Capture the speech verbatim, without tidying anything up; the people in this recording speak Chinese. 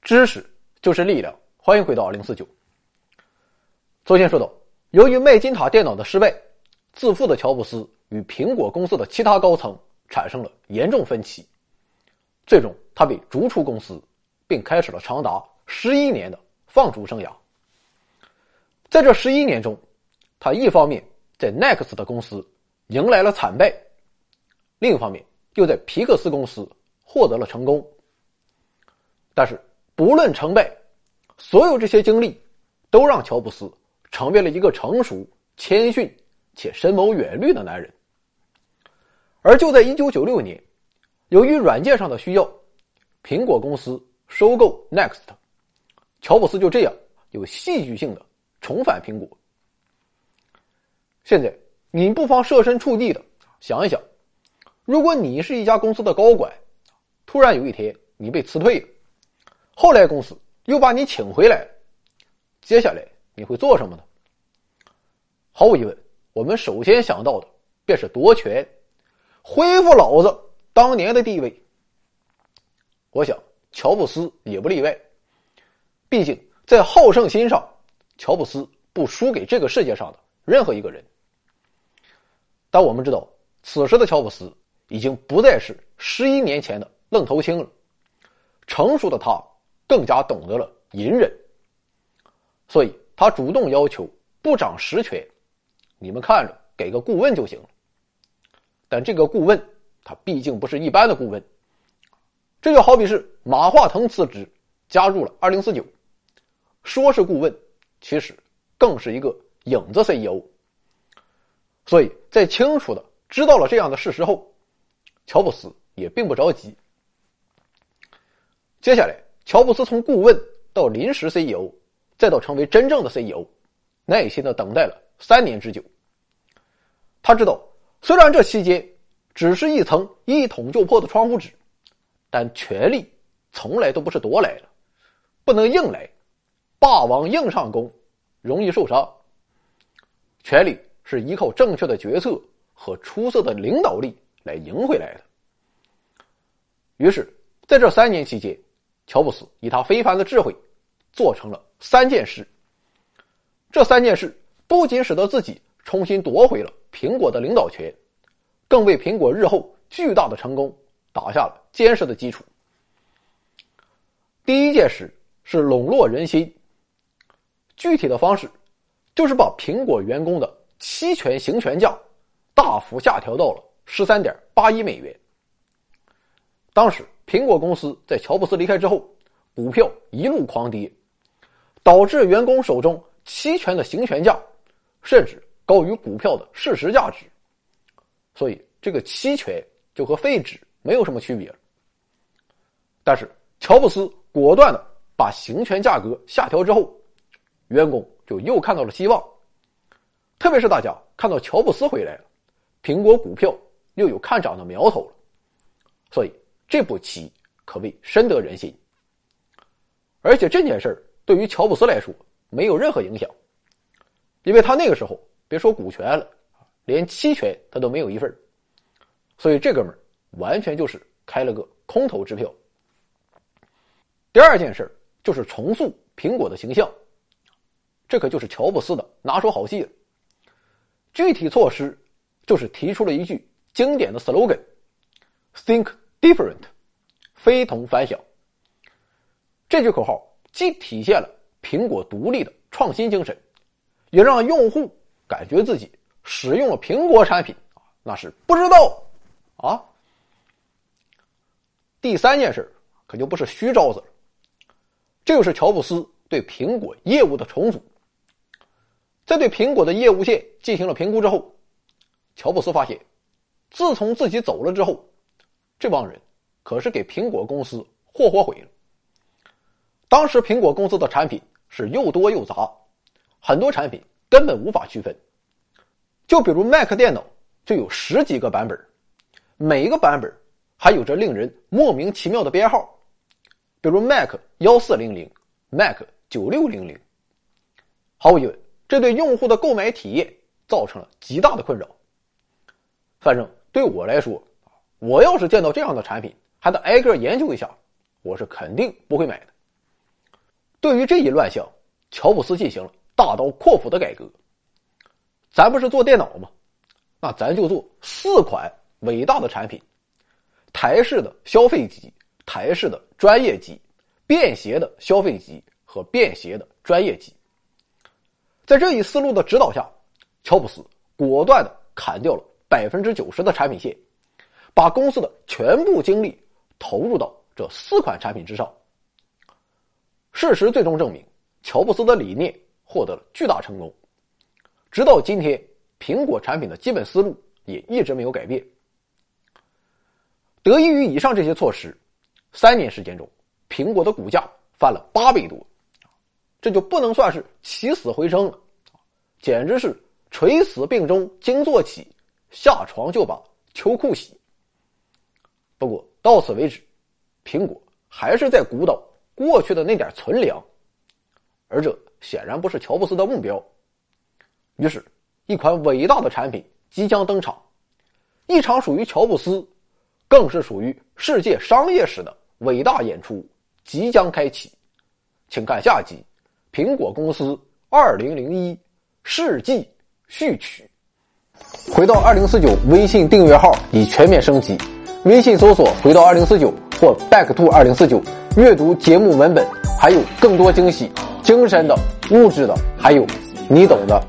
知识就是力量，欢迎回到二零四九。昨天说到，由于麦金塔电脑的失败，自负的乔布斯与苹果公司的其他高层产生了严重分歧，最终他被逐出公司，并开始了长达十一年的放逐生涯。在这十一年中，他一方面在 Next 的公司迎来了惨败，另一方面又在皮克斯公司获得了成功。但是不论成败，所有这些经历都让乔布斯成为了一个成熟、谦逊且深谋远虑的男人。而就在一九九六年，由于软件上的需要，苹果公司收购 Next， 乔布斯就这样有戏剧性的重返苹果。现在你不妨设身处地的想一想，如果你是一家公司的高管，突然有一天你被辞退了，后来公司又把你请回来，接下来你会做什么呢？毫无疑问，我们首先想到的便是夺权，恢复老子当年的地位。我想乔布斯也不例外，毕竟在好胜心上，乔布斯不输给这个世界上的任何一个人。但我们知道，此时的乔布斯已经不再是十一年前的愣头青了，成熟的他更加懂得了隐忍，所以他主动要求部长实权，你们看着给个顾问就行了。但这个顾问他毕竟不是一般的顾问，这就好比是马化腾辞职加入了二零四九，说是顾问，其实更是一个影子 C E O。 所以在清楚的知道了这样的事实后，乔布斯也并不着急。接下来乔布斯从顾问到临时 C E O， 再到成为真正的 C E O， 耐心的等待了三年之久。他知道，虽然这期间只是一层一捅就破的窗户纸，但权力从来都不是夺来的，不能硬来，霸王硬上弓，容易受伤。权力是依靠正确的决策和出色的领导力来赢回来的。于是在这三年期间，乔布斯以他非凡的智慧做成了三件事。这三件事不仅使得自己重新夺回了苹果的领导权，更为苹果日后巨大的成功打下了坚实的基础。第一件事是笼络人心，具体的方式就是把苹果员工的期权行权价大幅下调到了 十三点八亿美元。当时苹果公司在乔布斯离开之后，股票一路狂跌，导致员工手中期权的行权价甚至高于股票的事实价值，所以这个期权就和废纸没有什么区别了。但是乔布斯果断的把行权价格下调之后，员工就又看到了希望，特别是大家看到乔布斯回来了，苹果股票又有看涨的苗头了，所以这步棋可谓深得人心。而且这件事儿对于乔布斯来说没有任何影响，因为他那个时候别说股权了，连期权他都没有一份，所以这哥们儿完全就是开了个空头支票。第二件事就是重塑苹果的形象，这可就是乔布斯的拿手好戏了。具体措施就是提出了一句经典的 slogan Think Different， 非同凡响。这句口号既体现了苹果独立的创新精神，也让用户感觉自己使用了苹果产品那是不知道啊。第三件事可就不是虚招子了，这就是乔布斯对苹果业务的重组。在对苹果的业务线进行了评估之后，乔布斯发现，自从自己走了之后，这帮人可是给苹果公司霍霍毁了。当时苹果公司的产品是又多又杂，很多产品根本无法区分。就比如 Mac 电脑就有十几个版本，每一个版本还有着令人莫名其妙的编号，比如 Mac 一四零零、Mac 九六零零。毫无疑问，这对用户的购买体验造成了极大的困扰。反正对我来说，我要是见到这样的产品，还得挨个研究一下，我是肯定不会买的。 对于这一乱象，乔布斯进行了大刀阔斧的改革。咱不是做电脑吗？那咱就做四款伟大的产品：台式的消费机、台式的专业机、便携的消费机和便携的专业机。在这一思路的指导下，乔布斯果断地砍掉了 百分之九十 的产品线，把公司的全部精力投入到这四款产品之上。事实最终证明，乔布斯的理念获得了巨大成功。直到今天，苹果产品的基本思路也一直没有改变。得益于以上这些措施，三年时间中，苹果的股价翻了八倍多，这就不能算是起死回生了，简直是垂死病中惊坐起，下床就把秋裤洗。不过到此为止，苹果还是在鼓捣过去的那点存粮，而这显然不是乔布斯的目标。于是一款伟大的产品即将登场，一场属于乔布斯，更是属于世界商业史的伟大演出即将开启。请看下集苹果公司二零零一世纪序曲。回到二零四九微信订阅号已全面升级，微信搜索回到二零四九或 back to 二零四九，阅读节目文本，还有更多惊喜，精神的、物质的，还有你懂的。